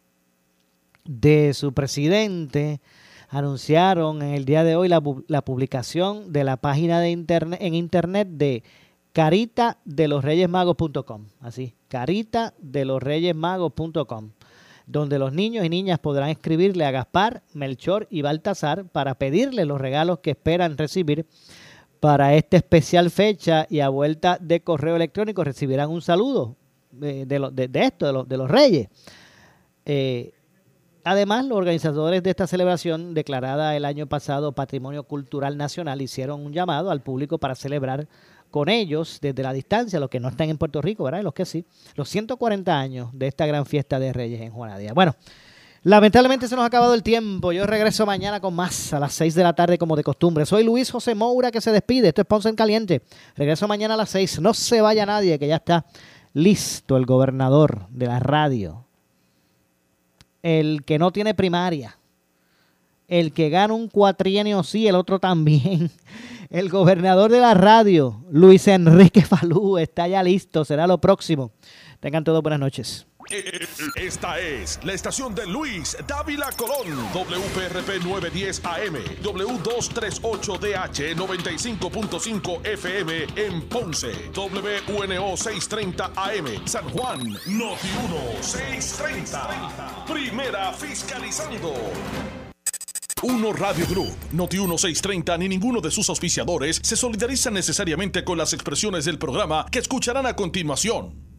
[SPEAKER 3] de su presidente, anunciaron en el día de hoy la, la publicación de la página de internet, en internet de carita de los reyes magos punto com, así, carita de los reyes magos punto com, donde los niños y niñas podrán escribirle a Gaspar, Melchor y Baltasar para pedirle los regalos que esperan recibir para esta especial fecha, y a vuelta de correo electrónico recibirán un saludo de, de, lo, de, de esto, de, lo, de los reyes. Eh, además, los organizadores de esta celebración, declarada el año pasado Patrimonio Cultural Nacional, hicieron un llamado al público para celebrar con ellos desde la distancia, los que no están en Puerto Rico, ¿verdad? Y los que sí, los ciento cuarenta años de esta gran fiesta de Reyes en Juana Díaz. Bueno, lamentablemente se nos ha acabado el tiempo. Yo regreso mañana con más a las seis de la tarde como de costumbre. Soy Luis José Moura que se despide. Esto es Ponce en Caliente. Regreso mañana a las seis. No se vaya nadie, que ya está listo el gobernador de la radio. El que no tiene primaria. El que gana un cuatrienio sí, el otro también. El gobernador de la radio, Luis Enrique Falú, está ya listo. Será lo próximo. Tengan todos buenas noches.
[SPEAKER 1] Esta es la estación de Luis Dávila Colón, W P R P novecientos diez A M, W doscientos treinta y ocho D H noventa y cinco punto cinco F M en Ponce, W U N O seiscientos treinta A M, San Juan, Noti uno seiscientos treinta, primera fiscalizando. Uno Radio Group, Noti uno seiscientos treinta ni ninguno de sus auspiciadores se solidarizan necesariamente con las expresiones del programa que escucharán a continuación.